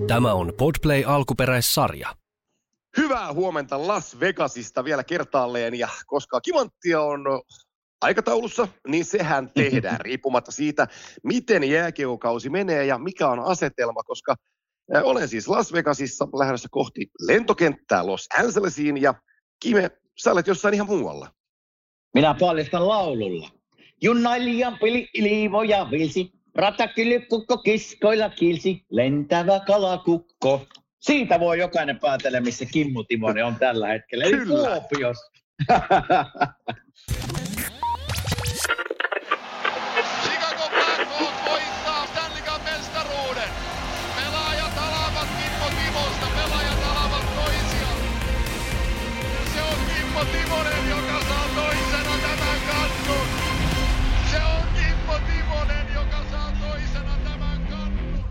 Tämä on Podplay alkuperäissarja. Hyvää huomenta Las Vegasista vielä kertaalleen, ja koska Kimanttia on aikataulussa, niin sehän tehdään riippumatta siitä, miten jääkiekokausi menee ja mikä on asetelma, koska olen siis Las Vegasissa lähdössä kohti lentokenttää Los Angelesiin, ja Kime, sä olet jossain ihan muualla. Minä paljastan laululla. Junnailijan pili liivoja vilsi, ratakylykukko kiskoilla kilsi, lentävä kalakukko. Siitä voi jokainen päätellä, missä Kimmo Timonen on tällä hetkellä. Eli Kuopiossa. Chicago Blackhawks voittaa Stanley Cup-mestaruuden. Pelaajat alavat Kimmo Timosta, pelaajat alavat toisiaan. Se on Kimmo Timonen, joka saa toisena tämän kannun. Se on Kimmo Timonen, joka saa toisena tämän kannun.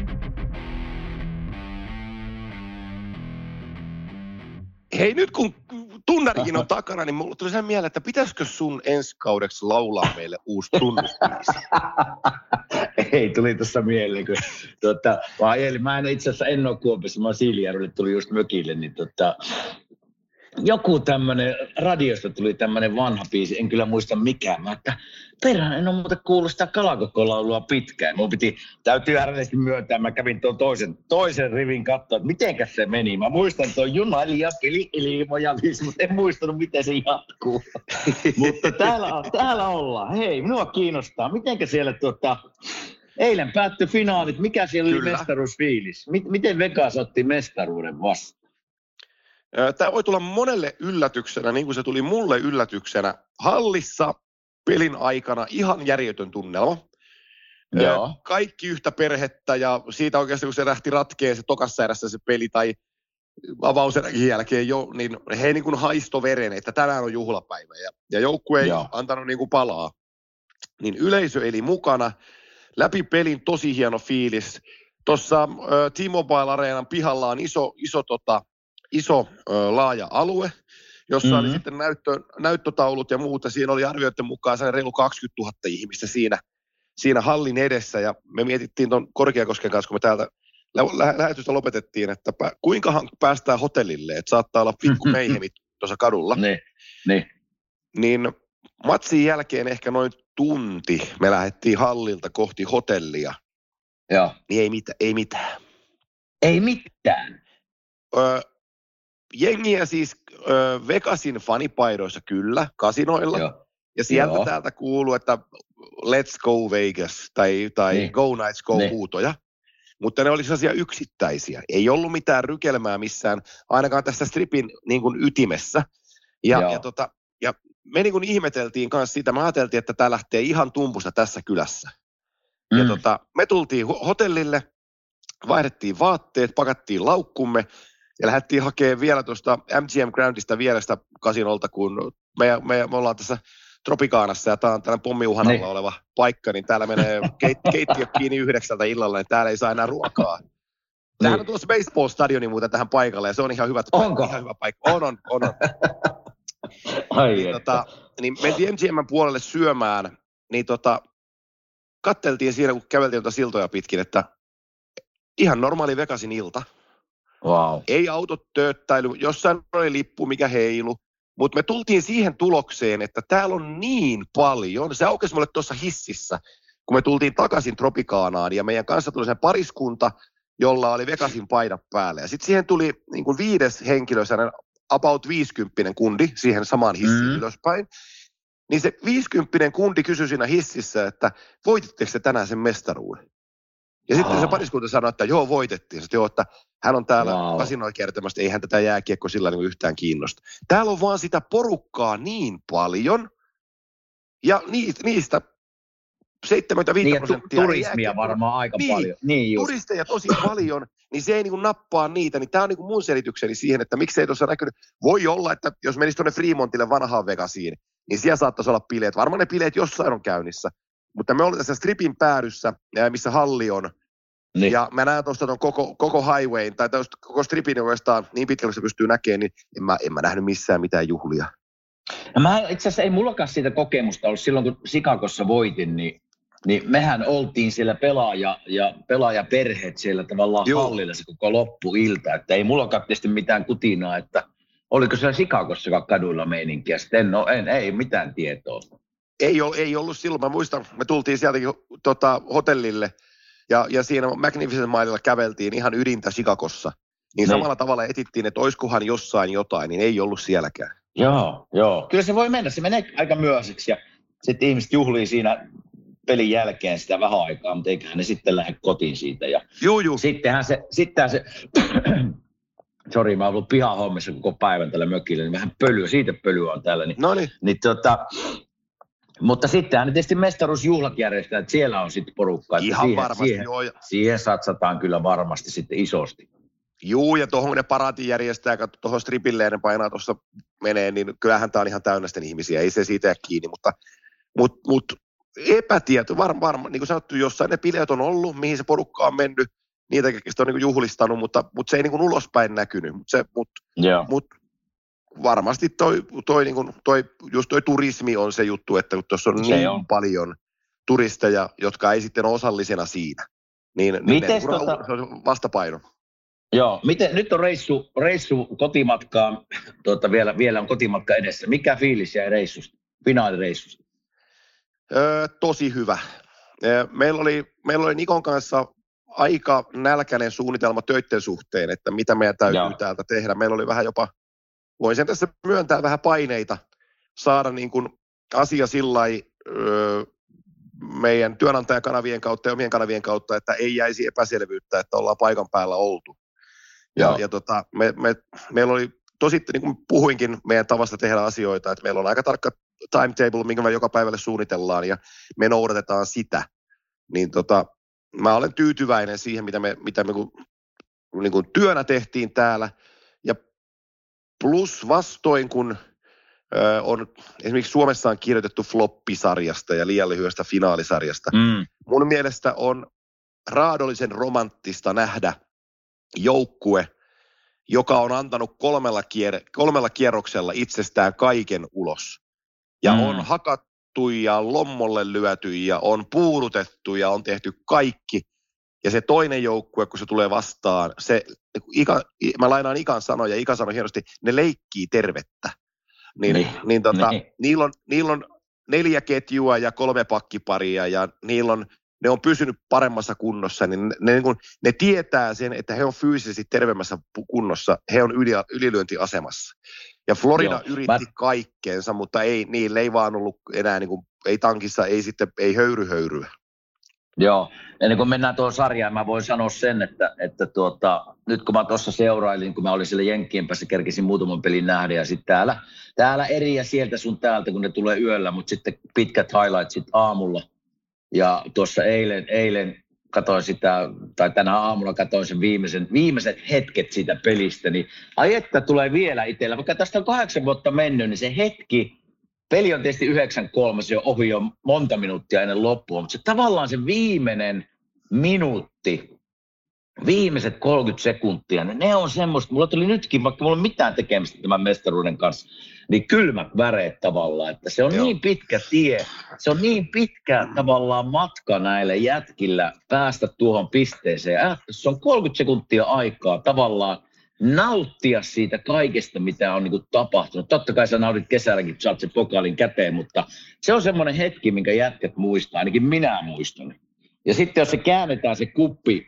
Hei, nyt kun tunnarikin on takana, niin mulle tuli sen mieleen, että pitäisikö sun ensi kaudeksi laulaa meille uusi tunnusbiisi? Ei, tuli tuossa mieleen, kun mä en ole Kuopiossa, mä oon Siilijärvelle, tuli just mökille, niin joku tämmönen, radiosta tuli tämmönen vanha biisi, en kyllä muista mikään. Mä että perään, en ole muuten kuullut sitä Kalakokko-laulua pitkään. Täytyy ääräisesti myöntää, mä kävin tuon toisen rivin katsoa, että mitenkäs se meni. Mä muistan tuon junailija, ilmoja, mutta en muistanut, miten se jatkuu. Mutta täällä ollaan. Hei, minua kiinnostaa, mitenkä siellä eilen päättyi finaalit, mikä siellä oli mestaruusfiilis? Miten Vegas otti mestaruuden vastaan? Tämä voi tulla monelle yllätyksenä, niin kuin se tuli mulle yllätyksenä. Hallissa pelin aikana ihan järjetön tunnelma. Joo. Kaikki yhtä perhettä, ja siitä oikeasti kun se lähti ratkeen se tokassa erässä se peli tai avauseränkin jälkeen jo, niin he niin kuin haisto veren, että tänään on juhlapäivä ja joukkue ei antanut niin kuin palaa. Niin yleisö eli mukana. Läpi pelin tosi hieno fiilis. Tuossa T-Mobile-areenan pihalla on iso laaja alue, jossa oli sitten näyttötaulut ja muuta. Siinä oli arvioiden mukaan reilu 20 000 ihmistä siinä hallin edessä. Ja me mietittiin tuon Korkeakosken kanssa, kun me täältä lähetystä lopetettiin, että kuinkahan päästään hotellille, että saattaa olla pikku meihemit tuossa kadulla. Niin matsin jälkeen ehkä noin tunti me lähdettiin hallilta kohti hotellia. Joo. Niin ei mitään. Ei mitään? Jengiä siis Vegasin fanipaidoissa kyllä, kasinoilla. Joo. Ja sieltä täältä kuuluu, että let's go Vegas tai go Knights go huutoja. Mutta ne oli sellaisia yksittäisiä. Ei ollut mitään rykelmää missään, ainakaan tässä stripin niin kuin ytimessä. Ja me niin kuin ihmeteltiin kanssa sitä. Me ajateltiin, että tämä lähtee ihan tumpusta tässä kylässä. Ja me tultiin hotellille, vaihdettiin vaatteet, pakattiin laukkumme. Ja lähdettiin hakemaan vielä tuosta MGM Groundista vierestä kasinolta, kun me ollaan tässä Tropicánassa ja tämä on tällainen pommiuhan alla oleva paikka, niin täällä menee keittiö kiinni 9 illalla, niin täällä ei saa enää ruokaa. Tämähän on tuossa baseball-stadioni muuten tähän paikalle, ja se on ihan hyvä, ihan hyvä paikka. On. Niin mentiin MGM:n puolelle syömään, niin katteltiin siinä, kun käveltiin siltoja pitkin, että ihan normaali Vegasin ilta. Wow. Ei autot tööttäily, jossain oli lippu, mikä heilu, mutta me tultiin siihen tulokseen, että täällä on niin paljon. Se aukesi mulle tuossa hississä, kun me tultiin takaisin Tropicánaan ja meidän kanssa tuli se pariskunta, jolla oli Vegasin paidat päällä. Ja sitten siihen tuli niin kuin 5. henkilö, about 50 kundi siihen samaan hissiin ylöspäin. Niin se 50 kundi kysyi siinä hississä, että voititteko te tänään sen mestaruuden? Ja sitten se pariskunta sanoi, että joo, voitettiin. Sitten että hän on täällä kasinoi kertomasta, ei hän tätä jääkiekko sillä niin yhtään kiinnosta. Täällä on vaan sitä porukkaa niin paljon, ja niistä 75%. Turismia varmaan aika paljon. Niin just. Turisteja tosi paljon, niin se ei niin kuin nappaa niitä. Niin tämä on niin kuin mun selitykseni siihen, että miksei tuossa näkynyt. Voi olla, että jos menisi tuonne Fremontille vanhaan Vegasiin, niin siellä saattaisi olla bileet. Varmaan ne bileet jossain on käynnissä. Mutta me ollaan tässä stripin päädyssä, missä halli on. Niin. Ja mä näen tuosta koko highwayn, tai koko stripin oikeastaan niin pitkälle, kun se pystyy näkemään, niin en mä nähnyt missään mitään juhlia. No mä itse asiassa ei mullakaan siitä kokemusta ollut silloin, kun Chicagossa voitin, niin niin mehän oltiin siellä pelaajaperheet siellä tavallaan hallilla se koko loppuilta, että ei mulla tietysti mitään kutinaa, että oliko siellä Chicagossakaan kaduilla meininkiä, sitten ei mitään tietoa. Ei ollut silloin, mä muistan, me tultiin sieltäkin hotellille ja siinä Magnificent Milella käveltiin ihan ydintä Chicagossa, niin samalla tavalla etittiin, että olisikohan jossain jotain, niin ei ollut sielläkään. Joo. Kyllä se voi mennä, se menee aika myöhäiseksi ja sitten ihmiset juhlii siinä pelin jälkeen sitä vähän aikaa, mutta eiköhän ne sitten lähde kotiin siitä. Ja Juu. Sittenhän se sori, mä oon ollut pihahommissa koko päivän tällä mökillä, niin vähän pölyä on täällä. Mutta sittenhän ne tietysti mestaruusjuhlat järjestää, että siellä on sitten porukkaa. Ihan varmasti, siihen satsataan kyllä varmasti sitten isosti. Juu, ja tuohon ne paraatin järjestää, katso tuohon stripilleen ne painaa tuossa menee, niin kyllähän tämä on ihan täynnä sitten ihmisiä, ei se siitä jää kiinni, mutta epätieto, varmaan, niin kuin sanottu, jossain ne bileet on ollut, mihin se porukka on mennyt, niitä on niin kuin juhlistanut, mutta se ei niin kuin ulospäin näkynyt, mutta varmasti toi turismi on se juttu, että kun tuossa on niin paljon turisteja, jotka ei sitten ole osallisena siinä, niin se on vastapaino. Joo, nyt on reissu kotimatkaan, vielä on kotimatka edessä. Mikä fiilis jäi reissusta, finaalireissusta? Tosi hyvä. Meillä oli Nikon kanssa aika nälkäinen suunnitelma töiden suhteen, että mitä meidän täytyy täältä tehdä. Meillä oli vähän jopa, voisin tässä myöntää vähän paineita saada niin kuin asia sillai meidän työnantajakanavien kautta ja omien kanavien kautta, että ei jäisi epäselvyyttä, että ollaan paikan päällä oltu. Meillä oli tosi, niin kuin puhuinkin meidän tavasta tehdä asioita, että meillä on aika tarkka timetable, minkä me joka päivälle suunnitellaan ja me noudatetaan sitä. Niin mä olen tyytyväinen siihen, mitä me niin kuin työnä tehtiin täällä. Ja plus vastoin, kun on esimerkiksi Suomessa on kirjoitettu floppisarjasta ja liian lyhyestä finaalisarjasta. Mun mielestä on raadollisen romanttista nähdä joukkue, joka on antanut kolmella kierroksella itsestään kaiken ulos. Ja on hakattu ja lommolle lyöty ja on puudutettu ja on tehty kaikki. Ja se toinen joukkue, kun se tulee vastaan, mä lainaan Ikan sanoja, Ika sanoi hienosti, ne leikkii tervettä. Niillä on 4 ketjua ja 3 pakkiparia ja ne on pysynyt paremmassa kunnossa, niin ne tietää sen, että he on fyysisesti terveemmässä kunnossa, he on ylilyöntiasemassa. Ja Florida yritti kaikkeensa, mutta niillä ei vaan ollut enää, niin kuin, ei tankissa, ei höyryä. Joo, ennen kuin mennään tuohon sarjaan, mä voin sanoa sen, että nyt kun mä tuossa seurailin, kun mä olin siellä Jenkkien päässä, kerkisin muutaman pelin nähdä, ja sitten täällä eri ja sieltä sun täältä, kun ne tulee yöllä, mutta sitten pitkät highlightsit aamulla. Ja tuossa eilen katsoin sitä, tai tänä aamulla katsoin sen viimeiset hetket siitä pelistä, niin ai että tulee vielä itsellä. Vaikka tästä on 8 vuotta mennyt, niin se hetki, peli on tietysti 9-3, se on ohi jo monta minuuttia ennen loppua, mutta se tavallaan se viimeinen minuutti, viimeiset 30 sekuntia, ne on semmoista, mulla tuli nytkin, vaikka mulla ei ole mitään tekemistä tämän mestaruuden kanssa, niin kylmät väreet tavallaan, että se on niin pitkä tie, se on niin pitkä tavallaan matka näille jätkillä päästä tuohon pisteeseen. Se on 30 sekuntia aikaa tavallaan nauttia siitä kaikesta, mitä on niin kuin tapahtunut. Totta kai sä naudit kesälläkin, saat sen pokaalin käteen, mutta se on semmoinen hetki, minkä jätkät muistaa, ainakin minä muistan. Ja sitten jos se käännetään se kuppi,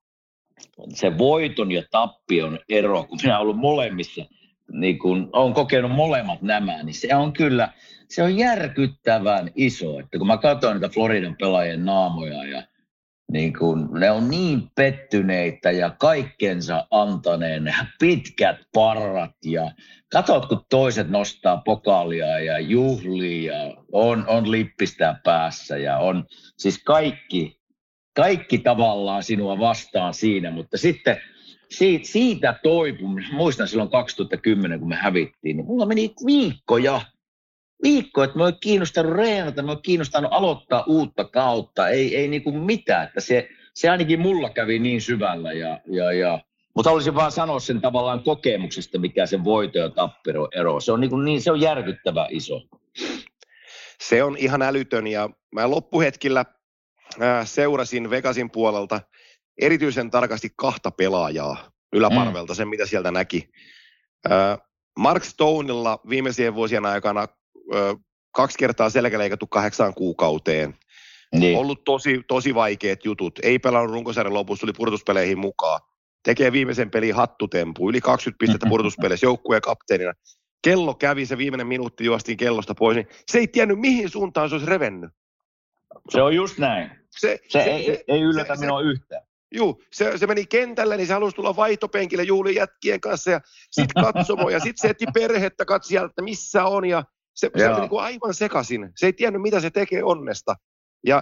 se voiton ja tappion ero, kun minä olen ollut molemmissa, niin kun olen kokenut molemmat nämä, niin se on kyllä, se on järkyttävän iso. Että kun mä katson niitä Floridan pelaajien naamoja ja niin kun ne on niin pettyneitä ja kaikkensa antaneen, pitkät parrat ja katsot, kun toiset nostaa pokaalia ja juhlii ja on lippistä päässä ja on siis kaikki tavallaan sinua vastaan siinä, mutta sitten siitä toipun, muistan silloin 2010, kun me hävittiin, niin mulla meni viikko, että mä oon kiinnostanut reenata, mä oon kiinnostanut aloittaa uutta kautta, ei niinku mitään, että se ainakin mulla kävi niin syvällä mutta haluaisin vaan sanoa sen tavallaan kokemuksesta, mikä sen voito ja tappero ero, se on se on järkyttävä iso. Se on ihan älytön ja mä loppuhetkillä seurasin Vegasin puolelta erityisen tarkasti 2 pelaajaa yläparvelta, sen mitä sieltä näki. Mark Stonella viimeisien vuosien aikana 2 kertaa selkäleikattu 8 kuukauteen. Niin. Ollut tosi vaikeat jutut. Ei pelannut runkosarjan lopussa, tuli pudotuspeleihin mukaan. Tekee viimeisen pelin hattutempu. Yli 20 pistettä pudotuspeleissä joukkueen kapteenina. Kello kävi, se viimeinen minuutti juostiin kellosta pois. Niin se ei tiennyt, mihin suuntaan se olisi revennyt. Se on just näin. Se ei yllätä minua yhtään. Juu, se meni kentälle, niin se halusi tulla vaihtopenkille juhlien jätkien kanssa ja sitten katsomaan. Ja sitten se etti perhettä, katsi sieltä, että missä on. Ja se oli niin kuin aivan sekaisin. Se ei tiennyt, mitä se tekee onnesta. Ja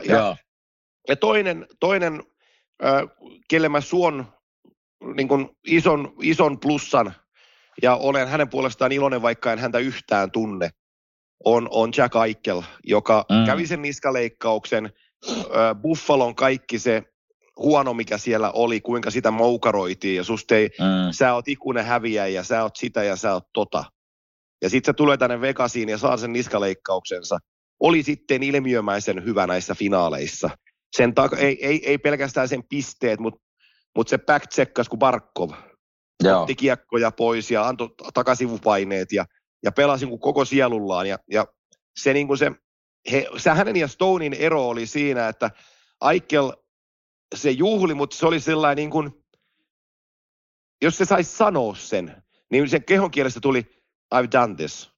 toinen kelle mä suon niin kuin ison plussan, ja olen hänen puolestaan iloinen, vaikka en häntä yhtään tunne, on Jack Eichel, joka kävi sen niskaleikkauksen, Buffalon kaikki se huono, mikä siellä oli, kuinka sitä moukaroitiin, ja susta ei, sä oot ikuinen häviäjä, sä oot sitä ja sä oot tota. Ja sit se tulee tänne Vegasiin ja saa sen niskaleikkauksensa. Oli sitten ilmiömäisen hyvä näissä finaaleissa. Sen ei pelkästään sen pisteet, mutta se back-checkas kuin Barkov. Otti kiekkoja pois ja antoi takasivupaineet ja pelasi niin koko sielullaan. Ja se, niin kuin se hänen ja Stonein ero oli siinä, että Eichel se juhli, mutta se oli sellainen niin kuin, jos se saisi sanoa sen, niin sen kehon kielestä tuli I've done this.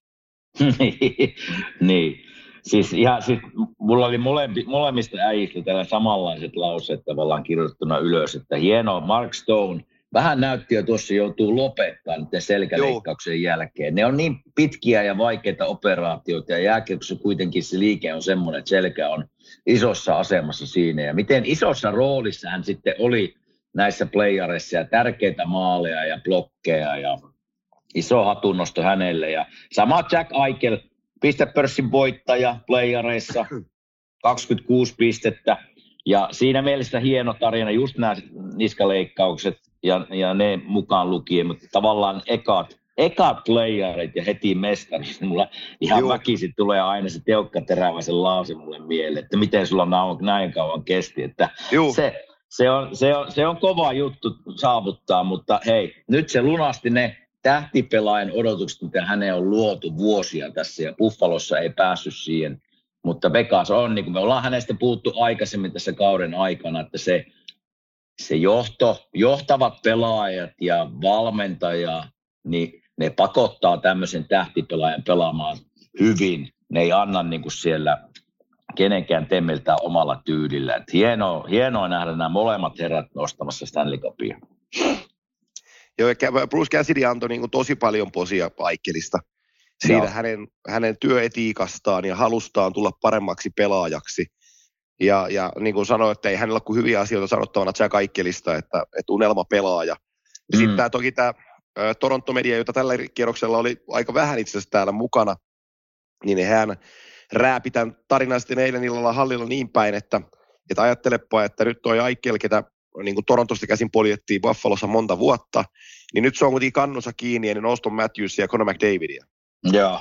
Niin. Siis mulla oli molemmista äijistä tällä samanlaiset lauseet tavallaan kirjoitettuna ylös, että hienoa Mark Stone. Vähän näytti jo tuossa joutuu lopettamaan niiden selkäleikkauksen jälkeen. Ne on niin pitkiä ja vaikeita operaatioita ja jääkiekossa kuitenkin se liike on semmoinen, että selkä on isossa asemassa siinä. Ja miten isossa roolissa hän sitten oli näissä playareissa ja tärkeitä maaleja ja blokkeja ja iso hatunnosto hänelle. Ja sama Jack Eichel, pistepörssin voittaja playareissa, 26 pistettä. Ja siinä mielessä hieno tarina, just nämä niskaleikkaukset ja ne mukaan lukien, mutta tavallaan ekat playerit ja heti mestarit. Mulla ihan väkisin tulee aina se teukkateräväisen lause mulle mieleen, että miten sulla näin kauan kesti. Että se on kova juttu saavuttaa, mutta hei, nyt se lunasti ne tähtipelaajan odotukset, mitä häneen on luotu vuosia tässä ja Buffalossa ei päässyt siihen. Mutta Vegas on, niin kuin me ollaan hänestä puhuttu aikaisemmin tässä kauden aikana, että se johtavat pelaajat ja valmentaja, niin ne pakottaa tämmöisen tähtipelaajan pelaamaan hyvin. Ne ei anna niin kuin siellä kenenkään temmeltää omalla tyylillä. Et hienoa nähdä nämä molemmat herrat nostamassa Stanley Cupia. Joo, ja Bruce Cassidy antoi niin kuin tosi paljon posia Eichelistä. Siinä hänen työetiikastaan ja halustaan tulla paremmaksi pelaajaksi. Ja niin kuin sanoin, että ei hänellä ole kuin hyviä asioita sanottavana Jack Eichelistä, että unelma pelaaja. Ja sitten toki tämä Toronto-media, jota tällä kierroksella oli aika vähän itse asiassa täällä mukana, niin hän rääpi tämän tarinan sitten eilen illalla hallilla niin päin, että ajattelepa, että nyt toi Eichel, ketä niin kuin Torontosta käsin poljettiin Buffalossa monta vuotta, niin nyt se on kuitenkin kannunsa kiinni ennen Auston Matthewsia ja Connor McDavidia. Joo,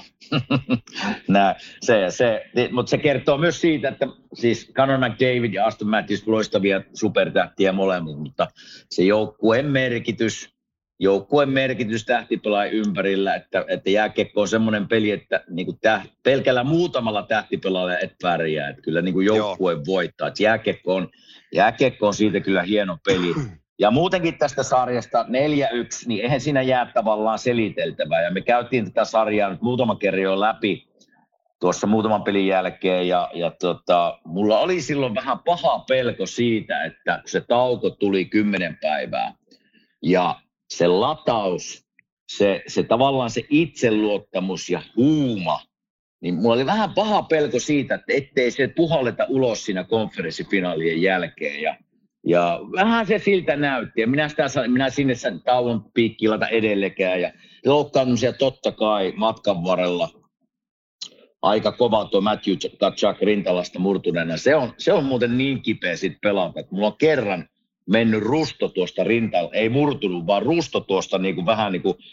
mutta se kertoo myös siitä, että siis Connor McDavid ja Auston Matthews loistavia supertähtiä molemmat, mutta se joukkueen merkitys tähtipelaajan ympärillä, että jääkiekko on semmoinen peli, että niinku pelkällä muutamalla tähtipelaajalla et pärjää, että kyllä niinku joukkue voittaa, että jääkiekko on siitä kyllä hieno peli. Ja muutenkin tästä sarjasta 4-1, niin eihän siinä jää tavallaan seliteltävää. Ja me käytiin tätä sarjaa nyt muutaman kerran jo läpi tuossa muutaman pelin jälkeen. Ja mulla oli silloin vähän paha pelko siitä, että se tauko tuli 10 päivää. Ja se lataus, se tavallaan se itseluottamus ja huuma, niin mulla oli vähän paha pelko siitä, että ettei se puhalleta ulos siinä konferenssifinaalien jälkeen. Ja vähän se siltä näytti. Ja minä sinne tauon piikkiin laita edellekään. Ja loukkaantumisia totta kai matkan varrella. Aika kova tuo Matthew Tkachuk rintalasta murtuneena. Se on muuten niin kipeä sit pelata. Että mulla on kerran mennyt rusto tuosta rintalasta. Ei murtunut, vaan rusto tuosta niin kuin vähän niin kuin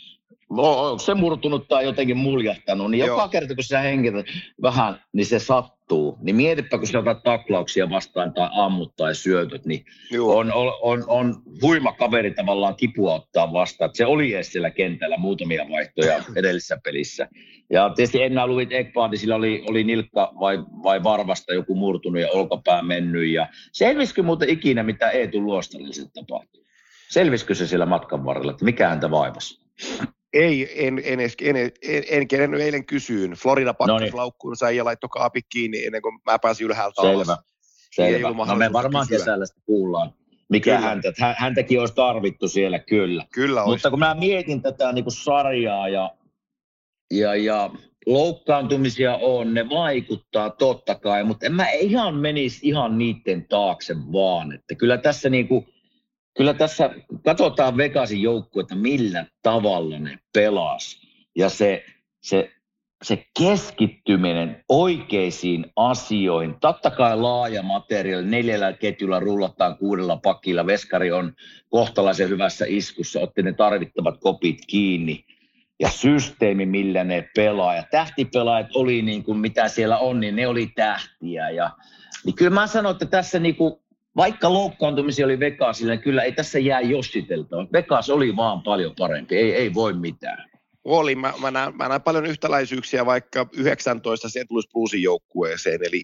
onko se murtunut tai jotenkin muljahtanut, niin joka kerta kun sä hengität vähän, niin se sattuu. Niin mietipä, kun sä otat taklauksia vastaan tai ammut tai syötöt, niin on huima kaveri tavallaan kipua ottaa vastaan. Se oli edes siellä kentällä muutamia vaihtoja edellisessä pelissä. Ja tietysti Enna Luvit Ekblad, sillä oli nilkka vai varvasta joku murtunut ja olkapää mennyt. Ja selvisikö muuten ikinä, mitä Eetu Luostarille tapahtui? Selvisikö se siellä matkan varrella, että mikä häntä vaivasi? Ei, en kerennyt eilen kysyyn. Florida pakkas laukkuunsa ja laittoi kaapit kiinni ennen kuin mä pääsin ylhäältä alas. Selvä. No me varmaan kysyä. Kesällä sitä kuullaan. Mikä häntäkin olisi tarvittu siellä, kyllä. Kyllä olisi. Mutta kun mä mietin tätä niin kuin sarjaa ja loukkaantumisia on, ne vaikuttaa totta kai, mutta en mä ihan menisi ihan niiden taakse vaan. Että kyllä tässä katsotaan Vegasin joukkuetta, millä tavalla ne pelas. Ja se keskittyminen oikeisiin asioihin. Totta kai laaja materiaali, 4 ketjulla rullataan 6 pakilla. Veskari on kohtalaisen hyvässä iskussa, otti ne tarvittavat kopit kiinni. Ja systeemi, millä ne pelaa. Ja tähtipelaajat oli niin kuin mitä siellä on, niin ne oli tähtiä. Niin kyllä mä sanon, että tässä niin kuin vaikka loukkaantumisia oli Vegasilla, niin kyllä ei tässä jää jossiteltava. Vegas oli vaan paljon parempi, ei voi mitään. Oli, mä näen paljon yhtäläisyyksiä vaikka 19 St. Louis Bluesin joukkueeseen, eli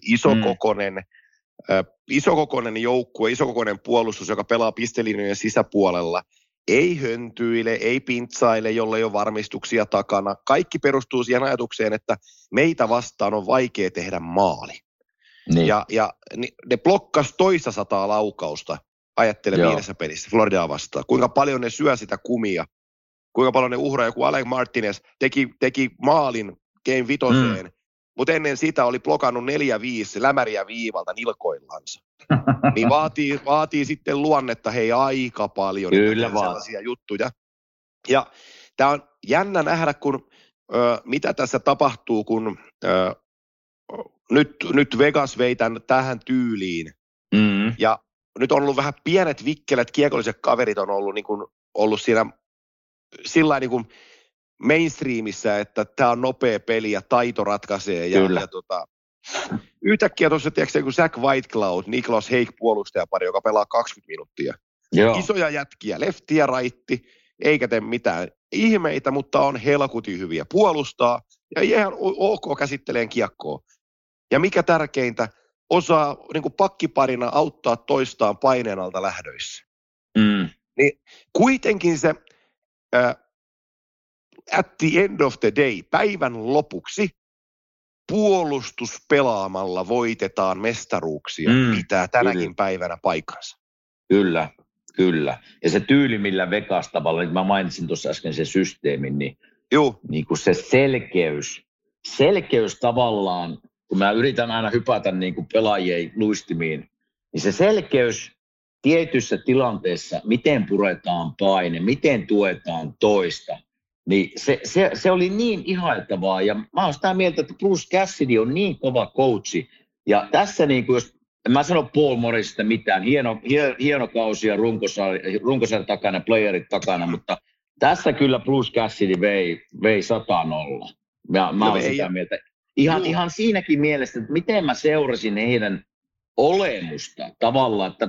isokokoinen joukkue, isokokoinen puolustus, joka pelaa pistelinjojen sisäpuolella. Ei höntyile, ei pintsaile, jolle ei ole varmistuksia takana. Kaikki perustuu siihen ajatukseen, että meitä vastaan on vaikea tehdä maali. Niin. Ja ne blokkas 200 laukausta, ajattele 5 pelissä Floridaa vastaan. Kuinka paljon ne syö sitä kumia, kuinka paljon ne uhraa. Joku Alec Martinez teki maalin Game 5, mutta ennen sitä oli blokannut 4-5 lämäriä viivalta nilkoillansa. Niin vaatii sitten luonnetta aika paljon. Kyllä sellaisia juttuja. Ja tämä on jännä nähdä, mitä tässä tapahtuu, kun nyt Vegas vei tähän tyyliin. Ja nyt on ollut vähän pienet vikkelät, kiekolliset kaverit on ollut siinä sillä niin kuin mainstreamissa, että tämä on nopea peli ja taito ratkaisee. Yhtäkkiä tuossa, tiedätkö, kun Zach Whitecloud, Niklas Haig puolustajapari, joka pelaa 20 minuuttia. Joo. Isoja jätkiä, lefti ja raitti, eikä tee mitään ihmeitä, mutta on helkutin hyviä puolustaa ja ihan ok käsitteleen kiekkoa. Ja mikä tärkeintä, osaa niin kuin pakkiparina auttaa toistaan paineen alta lähdöissä. Niin kuitenkin se at the end of the day, päivän lopuksi, puolustuspelaamalla voitetaan mestaruuksia, pitää tänäkin päivänä paikkansa. Kyllä. Ja se tyyli, millä Vegas tavallaan, mä mainitsin tuossa äsken sen systeemin, niin kuin se selkeys tavallaan, kun mä yritän aina hypätä niin kuin pelaajien luistimiin, niin se selkeys tietyissä tilanteissa, miten puretaan paine, miten tuetaan toista, niin se oli niin ihailtavaa. Ja mä oon sitä mieltä, että Bruce Cassidy on niin kova coachi. Ja tässä niin kuin, jos en mä sano Paul Morrisista mitään, hieno kausi ja runkosarjan takana, playerit takana, mutta tässä kyllä Bruce Cassidy vei 100-0. Mä oon sitä mieltä. Ihan siinäkin mielessä, että miten mä seurasin heidän olemusta tavallaan, että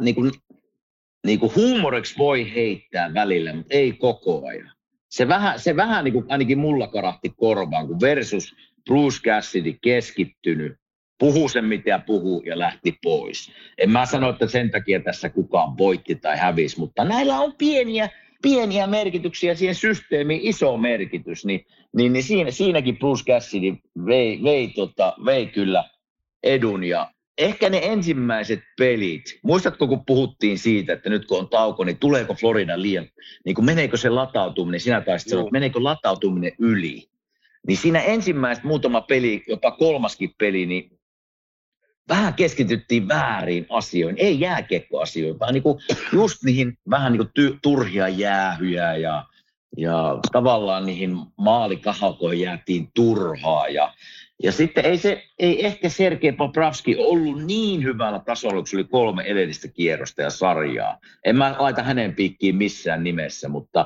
niin kuin huumoriksi voi heittää välillä, mutta ei koko ajan. Se vähän niin kuin ainakin mulla karahti korvaan, kun versus Bruce Cassidy keskittynyt, puhuu sen mitä puhuu ja lähti pois. En mä sano, että sen takia tässä kukaan voitti tai hävisi, mutta näillä on pieniä merkityksiä siihen systeemiin, iso merkitys, niin siinäkin Bruce Cassidy vei kyllä edun. Ja ehkä ne ensimmäiset pelit, muistatko kun puhuttiin siitä, että nyt kun on tauko, niin tuleeko Florida liian, niin kun meneekö se latautuminen, sinä taisit sanoa, että meneekö latautuminen yli, niin siinä ensimmäiset muutama peli, jopa 3. peli, niin vähän keskityttiin väärin asioihin, ei jääkiekkoasioihin, vaan niinku just niihin vähän niinku turhia jäähyjä ja tavallaan niihin maalikahakoihin jäätiin turhaa. Ja sitten ei ehkä Sergei Bobrovski ollut niin hyvällä tasolla, kun se oli 3 edellistä kierrosta ja sarjaa. En mä laita hänen piikkiin missään nimessä, mutta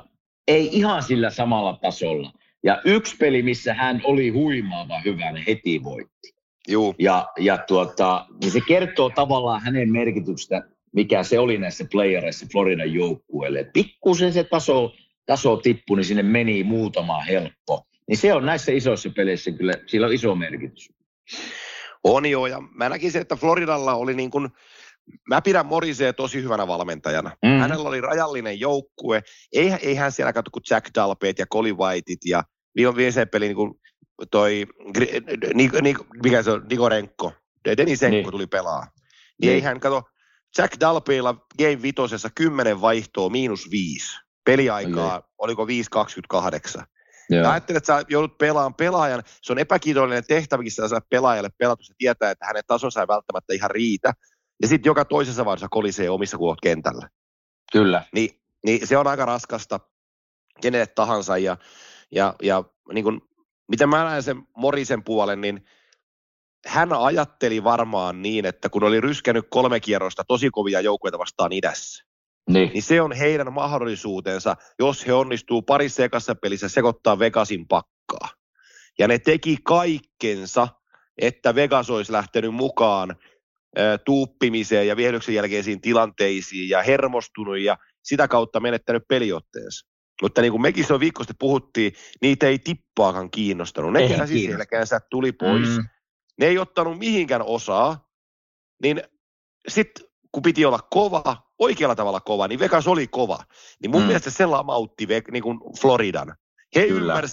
ei ihan sillä samalla tasolla. Ja yksi peli, missä hän oli huimaava hyvä, niin heti voitti. Juu. Niin se kertoo tavallaan hänen merkityksestä, mikä se oli näissä playereissa Floridan joukkueelle. Pikkusen se taso tippui, niin sinne meni muutama helppo. Niin se on näissä isoissa peleissä kyllä, sillä on iso merkitys. On joo, ja mä näkisin, että Floridalla oli niin kuin, mä pidän Morrisea tosi hyvänä valmentajana. Hänellä oli rajallinen joukkue, eihän siellä katso kuin Jack Dalpet ja Colin Whiteit ja viimeiseen peliin niin kuin toi, mikä se on, Nigorenko, Denisenko tuli pelaa. Niin eihän kato, Jack Dalpeilla Game 5 10 vaihtoa -5. Peliaikaa, oliko 5.28. Mä ajattelin, että sä joudut pelaamaan pelaajan. Se on epäkiitollinen tehtäväkin, että sä pelaajalle pelata, se tietää, että hänen tasonsa ei välttämättä ihan riitä. Ja sitten joka toisessa vaiheessa kolisee omissa, kun oot kentällä. Kyllä. Niin se on aika raskasta kenelle tahansa. Ja niin kun, miten mä näen sen Morrisen puolen, niin hän ajatteli varmaan niin, että kun oli ryskännyt 3 kierrosta tosi kovia joukkueita vastaan idässä, niin se on heidän mahdollisuutensa, jos he onnistuu parissa ekassa pelissä sekoittaa Vegasin pakkaa. Ja ne teki kaikkensa, että Vegas olisi lähtenyt mukaan tuuppimiseen ja viehdyksen jälkeisiin tilanteisiin ja hermostunut ja sitä kautta menettänyt peliotteensa. Mutta niin kuin mekin silloin viikko sitten puhuttiin, niitä ei tippaakaan kiinnostanut. Ne käsi selkäänsä tuli pois. Ne ei ottanut mihinkään osaa. Niin sitten kun piti olla kova, oikealla tavalla kova, niin Vegas oli kova. Niin mun mielestä se lamautti niin kuin Floridan. He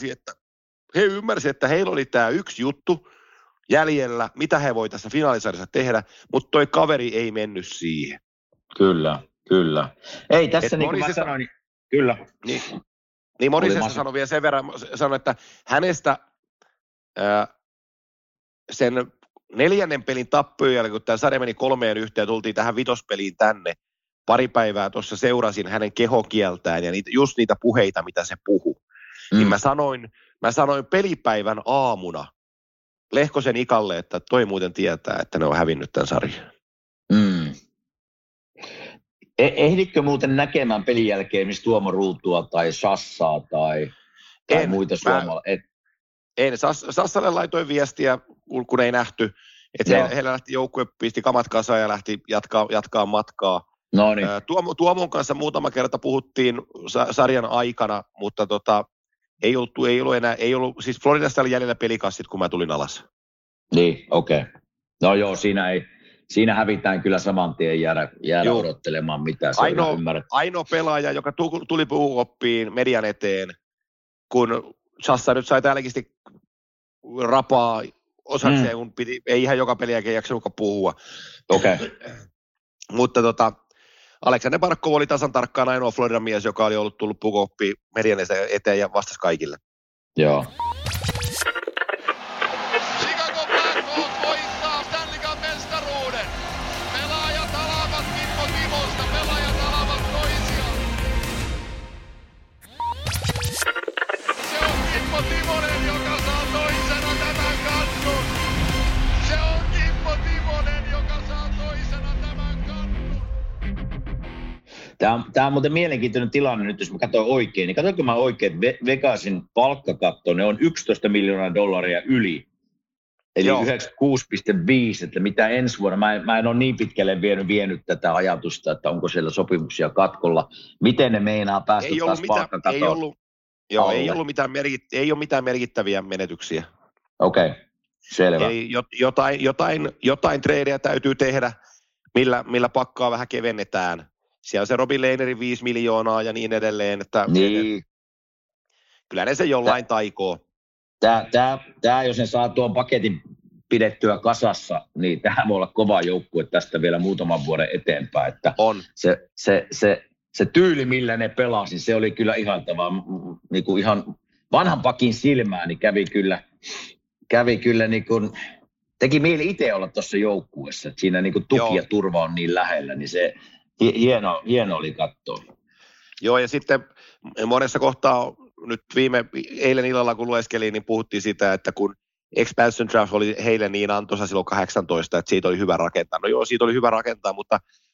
ymmärsi, että heillä oli tämä yksi juttu jäljellä, mitä he voi tässä finaalisarjassa tehdä, mutta toi kaveri ei mennyt siihen. Kyllä. Ei tässä niin kuin mä sanoin, kyllä. Niin Morrisesta sanoi vielä sen verran, että hänestä sen 4. pelin tappojen jälkeen, kun tämä sarja meni 3-1 ja tultiin tähän 5. peliin tänne, pari päivää tuossa seurasin hänen kehokieltään ja just niitä puheita, mitä se puhuu. Niin mä sanoin pelipäivän aamuna Lehkosen Ikalle, että toi muuten tietää, että ne on hävinnyt tämän sarjan. Ehditkö muuten näkemään pelin jälkeen missä Tuomo Ruutua tai Sassaa tai muita suomalaisia? En. Sassalle laitoin viestiä, kun ei nähty. Että heillä lähti joukkue, pisti kamat kasaan ja lähti jatkaa matkaa. Noniin. Tuomon kanssa muutama kerta puhuttiin sarjan aikana, mutta ei ollut, siis Floridasta oli jäljellä pelikassit, kun mä tulin alas. Niin, okei. No joo, siinä hävitään kyllä saman tien jäädä odottelemaan mitään. Ainoa pelaaja, joka tuli puhukoppiin median eteen, kun Sassa nyt sai täälläkin rapaa osakseen, kun ei ihan joka peli jälkeen jaksanutkaan puhua. Okei. Mutta Aleksander Barkov oli tasan tarkkaan ainoa Floridan mies, joka oli tullut puhukoppiin median eteen ja vastasi kaikille. Joo. Chicago Blackhawks voittaa Stanley Cup -mestaruuden. Pelaajat alavat Kimmo Timosta, pelaajat alavat toisiaan. Se on Kimmo Timonen, joka saa toisena tämän kannun. Se on Kimmo Timonen, joka saa toisena tämän kannun. Tämä on muuten mielenkiintoinen tilanne nyt, jos mä katsoin oikein. Niin katsoinko mä oikein, Vegasin palkkakatto, ne on $11 miljoonaa yli. Eli 96,5, että mitä ensi vuonna. Mä en ole niin pitkälle vienyt tätä ajatusta, että onko siellä sopimuksia katkolla. Miten ne meinaa päästä taas palkkakatoon? Ei ole mitään merkittäviä menetyksiä. Okei, selvä. Eli jotain tradeja täytyy tehdä, millä pakkaa vähän kevennetään. Siellä on se Robin Lehnerin 5 miljoonaa ja niin edelleen. Että kyllä ne se jollain taikoo. Tämä, jos ne saa tuon paketin pidettyä kasassa, niin tähän voi olla kova joukkue tästä vielä muutaman vuoden eteenpäin. Että on. Se tyyli, millä ne pelasi, se oli kyllä ihaltavaa. Niin kuin ihan vanhan pakin silmään, niin kävi kyllä niin kuin, teki mieli itse olla tuossa joukkueessa. Että siinä niin kuin tuki ja turva on niin lähellä, niin se hieno oli katsoa. Joo, ja sitten monessa kohtaa nyt eilen illalla, kun lueskelin, niin puhuttiin sitä, että kun expansion draft oli heille niin antoisa silloin 18, että siitä oli hyvä rakentaa. No joo, siitä oli hyvä rakentaa, mutta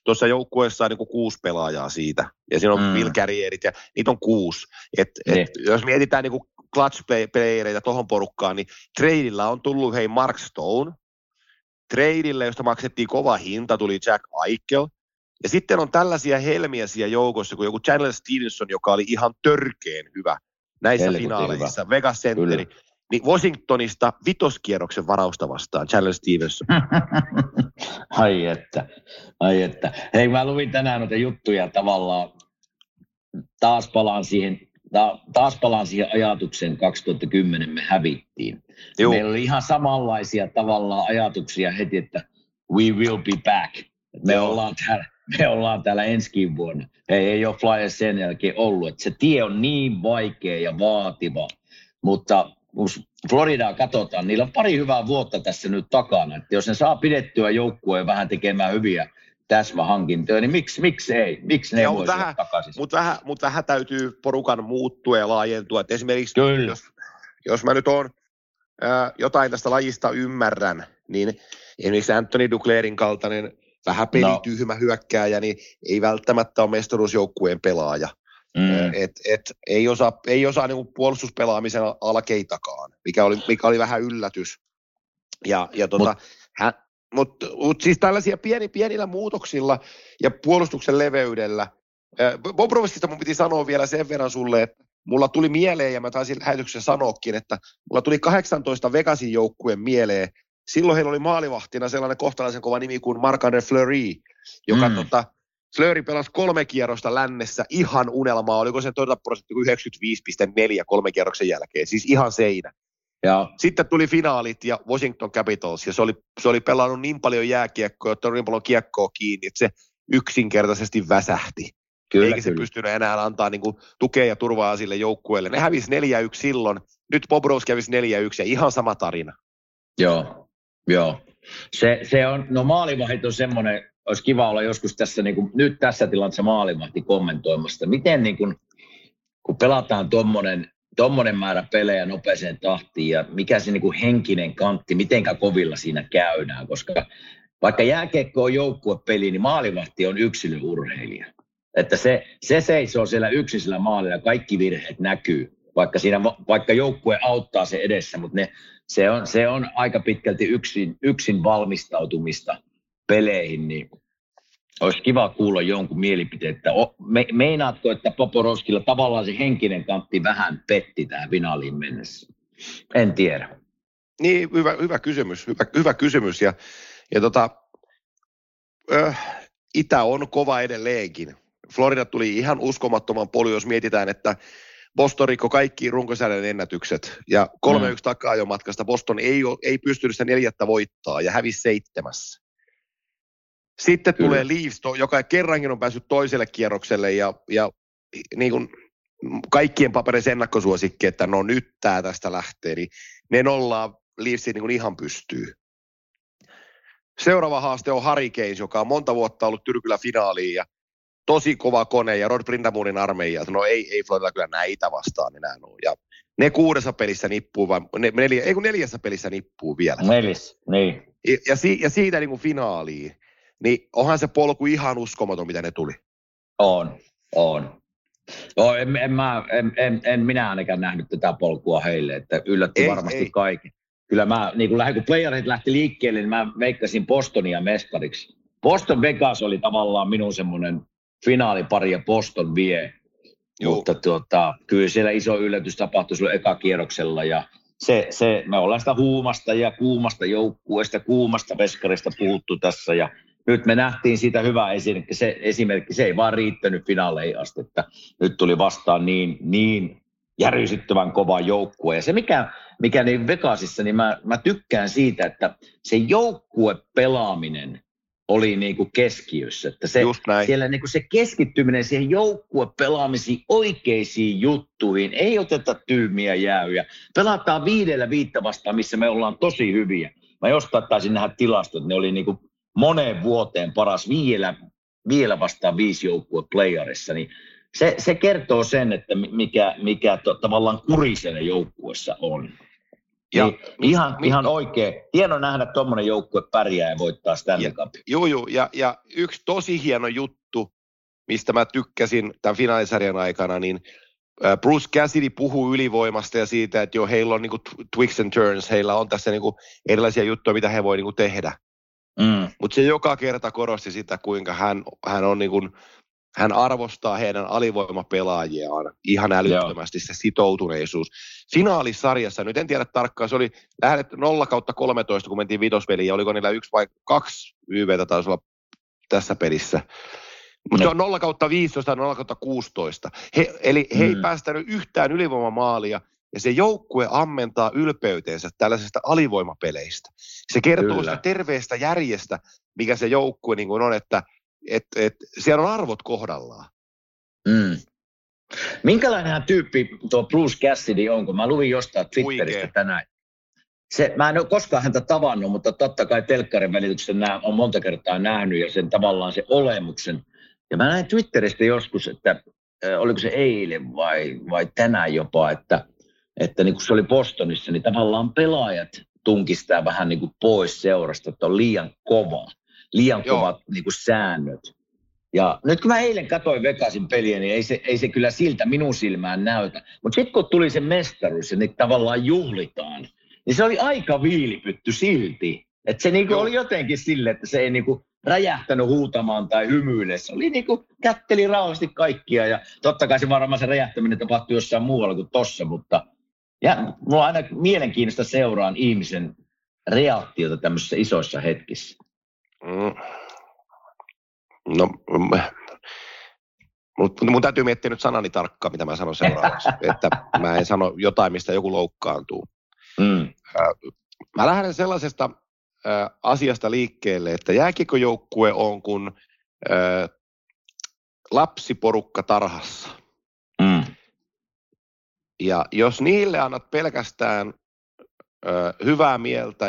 tuossa joukkueessa on niin 6 pelaajaa siitä, ja siinä on Will Carrierit, ja niitä on 6. Jos mietitään niin clutch-playereita tuohon porukkaan, niin tradeilla on tullut Mark Stone, tradeille, josta maksettiin kova hinta, tuli Jack Eichel, ja sitten on tällaisia helmiä siellä joukossa, kuin joku Chandler Stevenson, joka oli ihan törkeen hyvä näissä finaaleissa, hyvä. Vegas Centeri, niin Washingtonista 5. kierroksen varausta vastaan Chandler Stevenson. Ai että. Hei, mä luin tänään noita juttuja tavallaan, taas palaan siihen ajatukseen, 2010 me hävittiin. Meillä oli ihan samanlaisia tavallaan ajatuksia heti, että we will be back. Me ollaan täällä ensikin vuonna. Ei ole Flyers sen jälkeen ollut. Että se tie on niin vaikea ja vaativa. Mutta kun Floridaa katsotaan, niillä on pari hyvää vuotta tässä nyt takana. Että jos ne saa pidettyä joukkueen vähän tekemään hyviä täsmähankintoja, niin miksi ei? Miksi ne ei voisi olla takaisin? Mutta vähän täytyy porukan muuttua ja laajentua. Et esimerkiksi jos mä nyt oon jotain tästä lajista ymmärrän, niin esimerkiksi Anthony Duclairin kaltainen vähän pelityhmä hyökkääjä, niin ei välttämättä ole mestaruusjoukkueen pelaaja. Ei osaa niin kuin puolustuspelaamisen alkeitakaan, mikä oli vähän yllätys. Mutta siis tällaisia pienillä muutoksilla ja puolustuksen leveydellä. Bobrovskista mun piti sanoa vielä sen verran sulle, että mulla tuli mieleen, ja mä taisin lähetyksessä sanoakin, että mulla tuli 18 Vegasin joukkueen mieleen. Silloin heillä oli maalivahtina sellainen kohtalaisen kova nimi kuin Marc-André Fleury, joka Fleury pelasi 3 kierrosta lännessä ihan unelmaa. Oliko se torjuntaprosentti 95,4 3 kierroksen jälkeen, siis ihan seinä. Ja sitten tuli finaalit ja Washington Capitals, ja se oli pelannut niin paljon jääkiekkoa, ottanut niin paljon kiekkoa kiinni, että se yksinkertaisesti väsähti. Eikä se pystynyt enää antaa niin kuin tukea ja turvaa sille joukkueelle. Ne hävisi 4-1 silloin, nyt Bobrovs kävisi 4-1 ja ihan sama tarina. Joo. Se on, no maalivahit on semmoinen, olisi kiva olla joskus tässä, niin kuin, nyt tässä tilanteessa maalivahti kommentoimasta. Miten niin kuin, kun pelataan tommonen määrä pelejä nopeeseen tahtiin ja mikä se niin kuin henkinen kantti, mitenkä kovilla siinä käydään, koska vaikka jääkiekko on joukkuepeli, niin maalivahti on yksilöurheilija. Että se seisoo siellä yksin sillä maalilla, kaikki virheet näkyy, vaikka joukkue auttaa se edessä, mutta se on aika pitkälti yksin valmistautumista peleihin, niin olisi kiva kuulla jonkun mielipiteen, että meinaatko, että Poporovskilla tavallaan se henkinen kantti vähän petti tähän finaaliin mennessä? En tiedä. Niin, hyvä kysymys. Ja Itä on kova edelleenkin. Florida tuli ihan uskomattoman paljon, jos mietitään, että Boston rikkoi kaikki runkosarjan ennätykset ja 3-1 takaa jo matkasta. Boston ei pystynyt sitä 4. voittaa ja hävisi 7. Sitten tulee Leafs, joka kerrankin on päässyt toiselle kierrokselle ja niin kuin kaikkien papereissa ennakkosuosikki, että no nyt tämä tästä lähtee, niin ne nollaa Leafsin niin kuin ihan pystyy. Seuraava haaste on Hurricanes, joka on monta vuotta ollut Tyrkylä finaaliin ja tosi kova kone ja Rod Brindamurin armeija. No ei Florida kyllä näitä vastaan enää ole. Ja ne 6 pelissä nippuu, vai 4 pelissä nippuu vielä. 4, niin. Ja siitä niin kuin finaaliin. Niin onhan se polku ihan uskomaton, mitä ne tuli. On. En minä ainakaan nähnyt tätä polkua heille, että yllätti varmasti kaikki. Kyllä mä, niin kun playerit lähti liikkeelle, niin mä veikkasin Bostonia mestariksi. Boston Vegas oli tavallaan minun semmoinen finaalipari ja Boston vie. Mutta kyllä siellä iso yllätys tapahtui silloin ekakierroksella ja me ollaan sitä huumasta ja kuumasta joukkueesta, kuumasta veskarista puhuttu tässä ja nyt me nähtiin siitä hyvä esimerkki. Se ei vaan riittänyt finaaleihin asti, että nyt tuli vastaan niin järisyttävän kova joukkue. Ja se mikä niin Vegasissa, niin mä tykkään siitä, että se joukkuepelaaminen oli niinku keskiössä. Että siellä niinku se keskittyminen siihen joukkuepelaamisiin oikeisiin juttuihin, ei oteta tyhmiä jäyjä. Pelataan 5 vastaan, missä me ollaan tosi hyviä. Mä jostain taisin nähdä tilastot, että ne oli niinku moneen vuoteen paras vielä vastaan 5 joukkue playerissa, niin se kertoo sen, että mikä tavallaan kuri siellä joukkuessa on. Ja niin, ihan oikein. Hieno nähdä tuommoinen joukkue pärjää ja voittaa Stanley Cupin. Joo, ja yksi tosi hieno juttu, mistä mä tykkäsin tämän finaalisarjan aikana, niin Bruce Cassidy puhuu ylivoimasta ja siitä, että joo, heillä on niinku twists and turns, heillä on tässä niinku erilaisia juttuja, mitä he voi niinku tehdä. Mutta se joka kerta korosti sitä, kuinka hän on niinku, hän arvostaa heidän alivoimapelaajiaan ihan älyttömästi, se sitoutuneisuus. Finaalisarjassa, nyt en tiedä tarkkaan, se oli lähdetty 0/13, kun mentiin vitosveliin, ja oliko niillä 1 vai 2 YVtä taisi olla tässä pelissä. Mutta se on 0/15 tai 0/16. Eli he ei päästänyt yhtään ylivoimamaalia, ja se joukkue ammentaa ylpeyteensä tällaisesta alivoimapeleistä. Se kertoo sitä terveestä järjestä, mikä se joukkue niin kuin on, että siellä on arvot kohdallaan. Minkälainen tyyppi tuo Bruce Cassidy on, kun mä luin jostain Twitteristä tänään. Mä en ole koskaan häntä tavannut, mutta totta kai telkkarin välityksessä on monta kertaa nähnyt ja sen tavallaan se olemuksen. Ja mä näin Twitteristä joskus, että oliko se eilen vai tänään jopa, että niin kun se oli Bostonissa, niin tavallaan pelaajat tunkistaa vähän niin kuin pois seurasta, että on liian kovat niin kuin säännöt. Ja nyt kun mä eilen katsoin Vegasin peliä, niin ei se kyllä siltä minun silmään näytä. Mutta sitten kun tuli se mestaruus ja niin tavallaan juhlitaan, niin se oli aika viilipytty silti. Että se niinku oli jotenkin sille, että se ei niinku räjähtänyt huutamaan tai hymyille. Se oli niinku kätteli rauhasti kaikkia ja totta kai se varmaan se räjähtäminen tapahtui jossain muualla kuin tossa, mutta mulla aina mielenkiinnosta seuraan ihmisen reaktiota tämmöisissä isoissa hetkissä. No, mun täytyy miettiä nyt sanani tarkkaan, mitä mä sanon seuraavaksi, että mä en sano jotain, mistä joku loukkaantuu. Mä lähden sellaisesta asiasta liikkeelle, että jääkiekkojoukkue on kuin lapsiporukka tarhassa. Ja jos niille annat pelkästään hyvää mieltä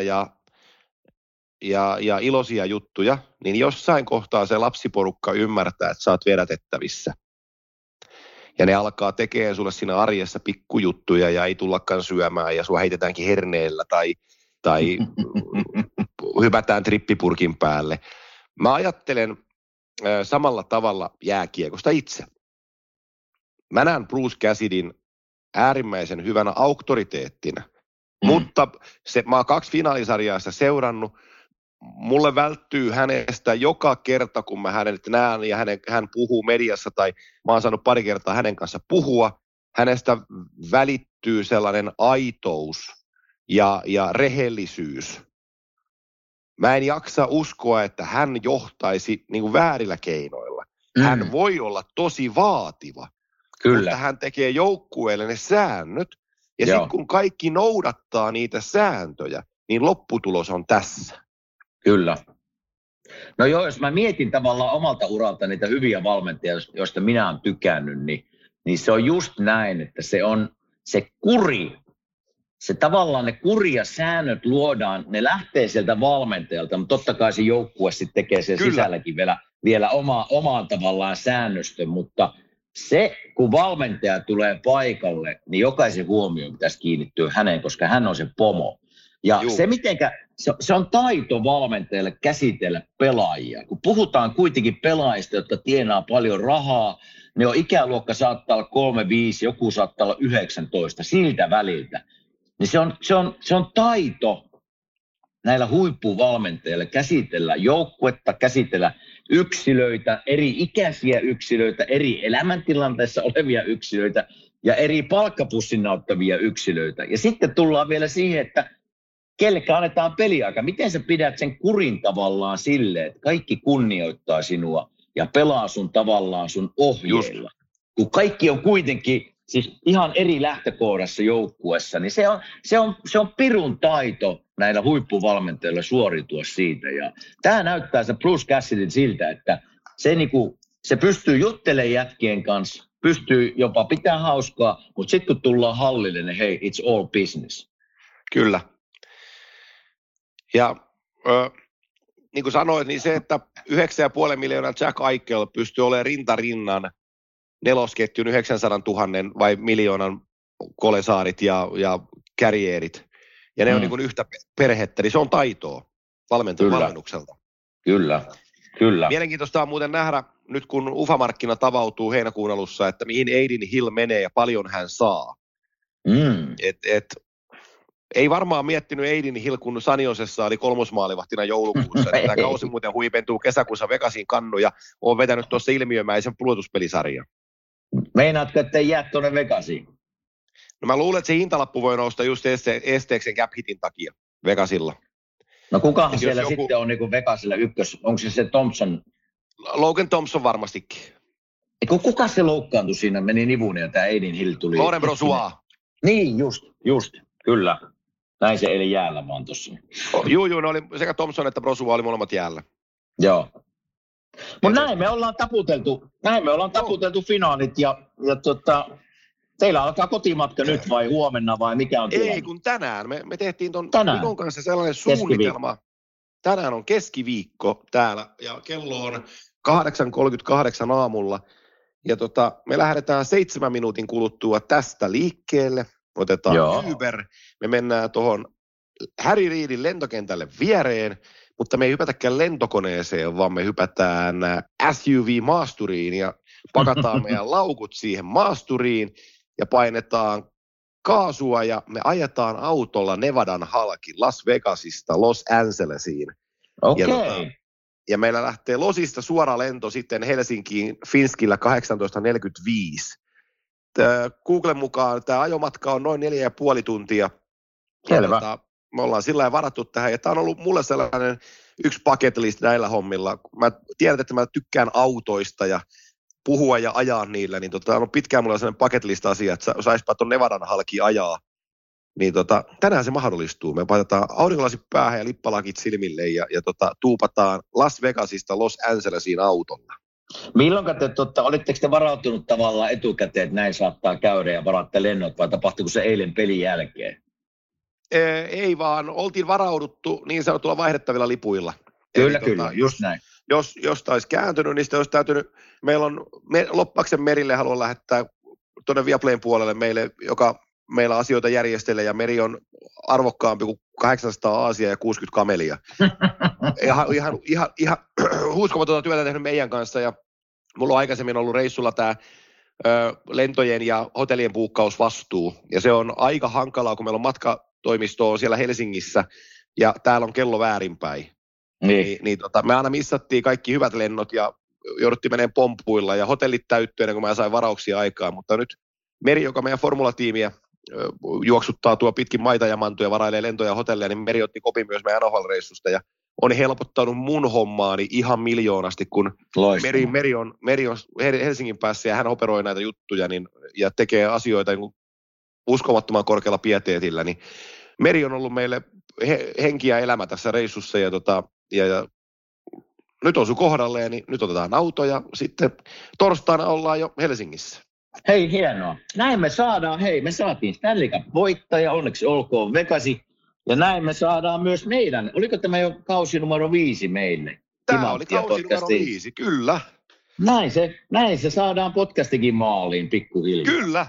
ja iloisia juttuja, niin jossain kohtaa se lapsiporukka ymmärtää, että sä oot vedätettävissä. Ja ne alkaa tekemään sulle siinä arjessa pikkujuttuja ja ei tullakaan syömään ja sua heitetäänkin herneellä tai hypätään trippipurkin päälle. Mä ajattelen samalla tavalla jääkiekosta itse. Mä näen Bruce Cassidyn äärimmäisen hyvänä auktoriteettina, mutta mä oon 2 finaalisarjaa sitä seurannut. Mulle välttyy hänestä joka kerta, kun mä hänet näen ja hän puhuu mediassa tai mä oon saanut pari kertaa hänen kanssa puhua. Hänestä välittyy sellainen aitous ja rehellisyys. Mä en jaksa uskoa, että hän johtaisi niin kuin väärillä keinoilla. Hän voi olla tosi vaativa, mutta hän tekee joukkueelle ne säännöt ja sitten kun kaikki noudattaa niitä sääntöjä, niin lopputulos on tässä. Kyllä. No joo, jos mä mietin tavallaan omalta uralta niitä hyviä valmentajia, joista minä olen tykännyt, niin se on just näin, että se on se kuri. Se tavallaan ne kuri ja säännöt luodaan, ne lähtee sieltä valmentajalta, mutta totta kai se joukkue sitten tekee sen sisälläkin vielä omaan tavallaan säännöstön, mutta se, kun valmentaja tulee paikalle, niin jokaisen huomioon pitäisi kiinnittyä häneen, koska hän on se pomo. Ja se mitenkä, se on taito valmentajalle käsitellä pelaajia. Kun puhutaan kuitenkin pelaajista, jotka tienaa paljon rahaa, ne on ikäluokka saattaa olla 3-5, joku saattaa olla 19, siltä väliltä. Niin se on taito näillä huippuvalmentajilla käsitellä joukkuetta, käsitellä yksilöitä, eri ikäisiä yksilöitä, eri elämäntilanteissa olevia yksilöitä ja eri palkkapussin nauttavia yksilöitä. Ja sitten tullaan vielä siihen, että kellekä annetaan peliaika. Miten sä pidät sen kurin tavallaan silleen, että kaikki kunnioittaa sinua ja pelaa sun tavallaan sun ohjeilla. Kun kaikki on kuitenkin siis ihan eri lähtökohdassa joukkuessa, niin se on pirun taito näillä huippuvalmentajilla suoriutua siitä. Ja tämä näyttää se Bruce Cassidyn siltä, että se pystyy juttelemaan jätkien kanssa, pystyy jopa pitää hauskaa, mutta sitten kun tullaan hallille, niin hei, it's all business. Kyllä. Ja niin kuin sanoit, niin se, että 9,5 miljoonaa Jack Eichel pystyy olemaan rintarinnan nelosketjun 900 000 vai miljoonan kolesaarit ja kärjeerit ja ne on niin kuin yhtä perhettä, niin se on taitoa valmennukselta. Kyllä. Mielenkiintoista on muuten nähdä, nyt kun UFA-markkina avautuu heinäkuun alussa, että mihin Aiden Hill menee ja paljon hän saa. Ei varmaan miettinyt Aiden Hill, kun Saniosessa oli 3. maalivahtina joulukuussa. Tämä kausi muuten huipentuu kesäkuussa Vegasin kannu ja on vetänyt tuossa ilmiömäisen pudotuspelisarjan. Meinaatko, että ei jää tuonne Vegasiin? No mä luulen, että se hintalappu voi nousta just esteeksen cap-hitin takia Vegasilla. No kukahan siellä sitten on niin Vegasilla ykkös? Onko se Thompson? Logan Thompson varmastikin. Kuka se loukkaantui siinä? Meni nivuun ja tämä Aiden Hill tuli. Laurent Brossoit. Niin, just. Kyllä. Näin se eli jäällä vaan tuossa. Juu, ne oli sekä Thompson että Brossoit oli molemmat jäällä. Joo. Mutta näin me ollaan taputeltu finaalit ja teillä alkaa kotimatka nyt vai huomenna vai mikä on tilanne? Ei, kun tänään. Me tehtiin ton Mikon kanssa sellainen suunnitelma. Tänään on keskiviikko täällä ja kello on 8.38 aamulla. Ja me lähdetään 7 minuutin kuluttua tästä liikkeelle. Otetaan Uber. Me mennään tuohon Harry Reidin lentokentälle viereen, mutta me ei hypätäkään lentokoneeseen, vaan me hypätään SUV-maasturiin ja pakataan meidän laukut siihen maasturiin ja painetaan kaasua ja me ajetaan autolla Nevadan halki Las Vegasista Los Angelesiin. Okei. Ja meillä lähtee Losista suora lento sitten Helsinkiin Finskillä 18.45. Googlen mukaan tämä ajomatka on noin 4,5 tuntia. Selvä. Me ollaan sillä lailla varattu tähän ja tämä on ollut mulle sellainen yksi bucket list näillä hommilla. Mä tiedän, että mä tykkään autoista ja puhua ja ajaa niillä, niin on pitkään mulla sellainen bucket list asia, että saispa tuon Nevadan halki ajaa. Niin tänään se mahdollistuu. Me paitetaan aurinkolasi päähän ja lippalakit silmille ja tuupataan Las Vegasista Los Angelesiin autolla. Milloinka olitteko te varautunut tavallaan etukäteen, että näin saattaa käydä ja varaatte lennot, vai tapahtuiko se eilen pelin jälkeen? Ei vaan, oltiin varauduttu niin sanotulla vaihdettavilla lipuilla. Kyllä, just näin. Jos olisi kääntynyt, niin sitten olisi täytynyt, meillä on Loppaksen Merille haluan lähettää tuonne Viaplayn puolelle meille, joka meillä asioita järjestelee ja Meri on arvokkaampi kuin 800 aasia ja 60 kamelia. ihan uskomatonta työtä tehnyt meidän kanssa ja mulla on aikaisemmin ollut reissulla tämä lentojen ja hotellien buukkausvastuu ja se on aika hankalaa, kun meillä on matkatoimisto siellä Helsingissä ja täällä on kello väärinpäin. Niin me aina missattiin kaikki hyvät lennot ja jouduttiin menemään pompuilla ja hotellit täyttyi kun mä sain varauksia aikaan, mutta nyt Meri, joka meidän formulatiimiä juoksuttaa tuo pitkin maita ja mantuja, varailee lentoja ja hotelleja, niin Meri otti kopin myös meidän NHL-reissusta ja on helpottanut mun hommaani ihan miljoonasti, kun Meri on Helsingin päässä ja hän operoi näitä juttuja ja tekee asioita niin uskomattoman korkealla pieteetillä, niin Meri on ollut meille henki ja elämä tässä reissussa ja nyt on sun kohdalleen, niin nyt otetaan auto ja sitten torstaina ollaan jo Helsingissä. Hei, hienoa. Näin me saadaan, me saatiin Stanley Cup voittaja, onneksi olkoon Vegasi. Ja näin me saadaan myös meidän, oliko tämä jo kausi numero 5 meille? Tämä oli kausi numero 5, kyllä. Näin se saadaan podcastikin maaliin pikkuhiljaa. Kyllä.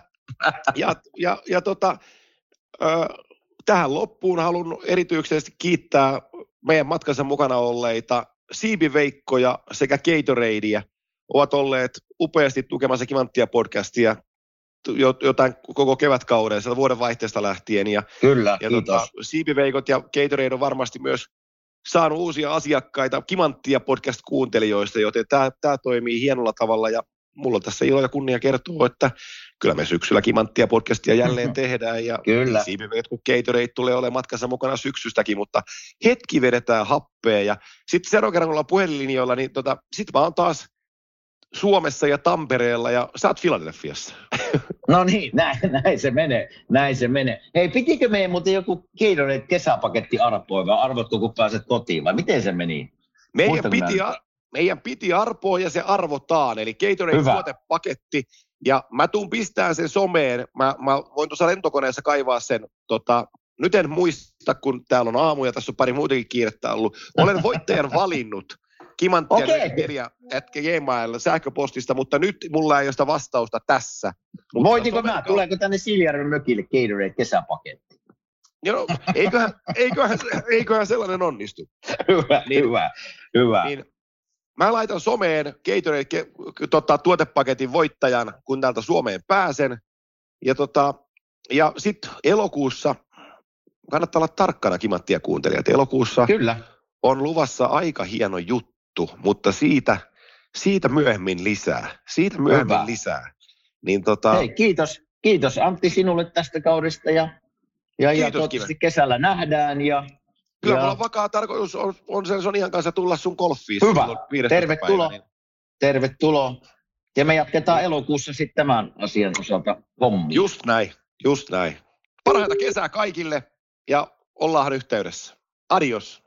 Tähän loppuun haluan erityisesti kiittää meidän matkassa mukana olleita Siipiveikkoja sekä Gatoradea. Ovat olleet upeasti tukemassa Kimanttia podcastia jotain koko kevätkauden, sieltä vuoden vaihteesta lähtien. Kyllä, kiitos. Siipiveikot ja Gatorade on varmasti myös saanut uusia asiakkaita Kimanttia podcast-kuuntelijoista, joten tämä toimii hienolla tavalla. Ja mulla on tässä ilo ja kunnia kertoa, että kyllä me syksyllä Kimanttia podcastia jälleen tehdään. Ja Siipiveikot kun Gatorade tulee olemaan matkassa mukana syksystäkin, mutta hetki vedetään happea. Ja sitten seuraavan kerran, kun ollaan puhelinlinjoilla, niin sitten mä oon taas Suomessa ja Tampereella ja sä oot Filadelfiassa. No niin, näin se menee. Hei, pitikö meidän muuten joku Gatorade kesäpaketti arpoa vai arvotko kun pääset kotiin vai miten se meni? Meidän piti arpoa ja se arvotaan, eli Gatorade tuotepaketti ja mä tuun pistään sen someen, mä voin tuossa lentokoneessa kaivaa sen, nyt en muista kun täällä on aamu ja tässä on pari muutakin kiirettä ollut, olen voittajan valinnut. Kimanttia@gmail sähköpostista, mutta nyt mulla ei ole sitä vastausta tässä. Voitinko mä? Tuleeko tänne Siljärven mökille Gatorade kesäpaketti? Joo, eiköhän sellainen onnistu. Hyvä. Niin, mä laitan someen Gatorade tuotepaketin voittajan, kun täältä Suomeen pääsen. Ja sitten elokuussa, kannattaa olla tarkkana Kimanttia kuuntelijat, elokuussa Kyllä. on luvassa aika hieno juttu, mutta siitä myöhemmin lisää. Niin Hei, kiitos Antti sinulle tästä kaudesta ja toivottavasti kesällä nähdään. Kyllä mulla on vakaa tarkoitus on sen Sonian kanssa tulla sun golfiin. Hyvä, tervetuloa. Ja me jatketaan elokuussa sitten tämän asian osalta hommia. Just näin. Parhaita kesää kaikille ja ollaan yhteydessä. Adios.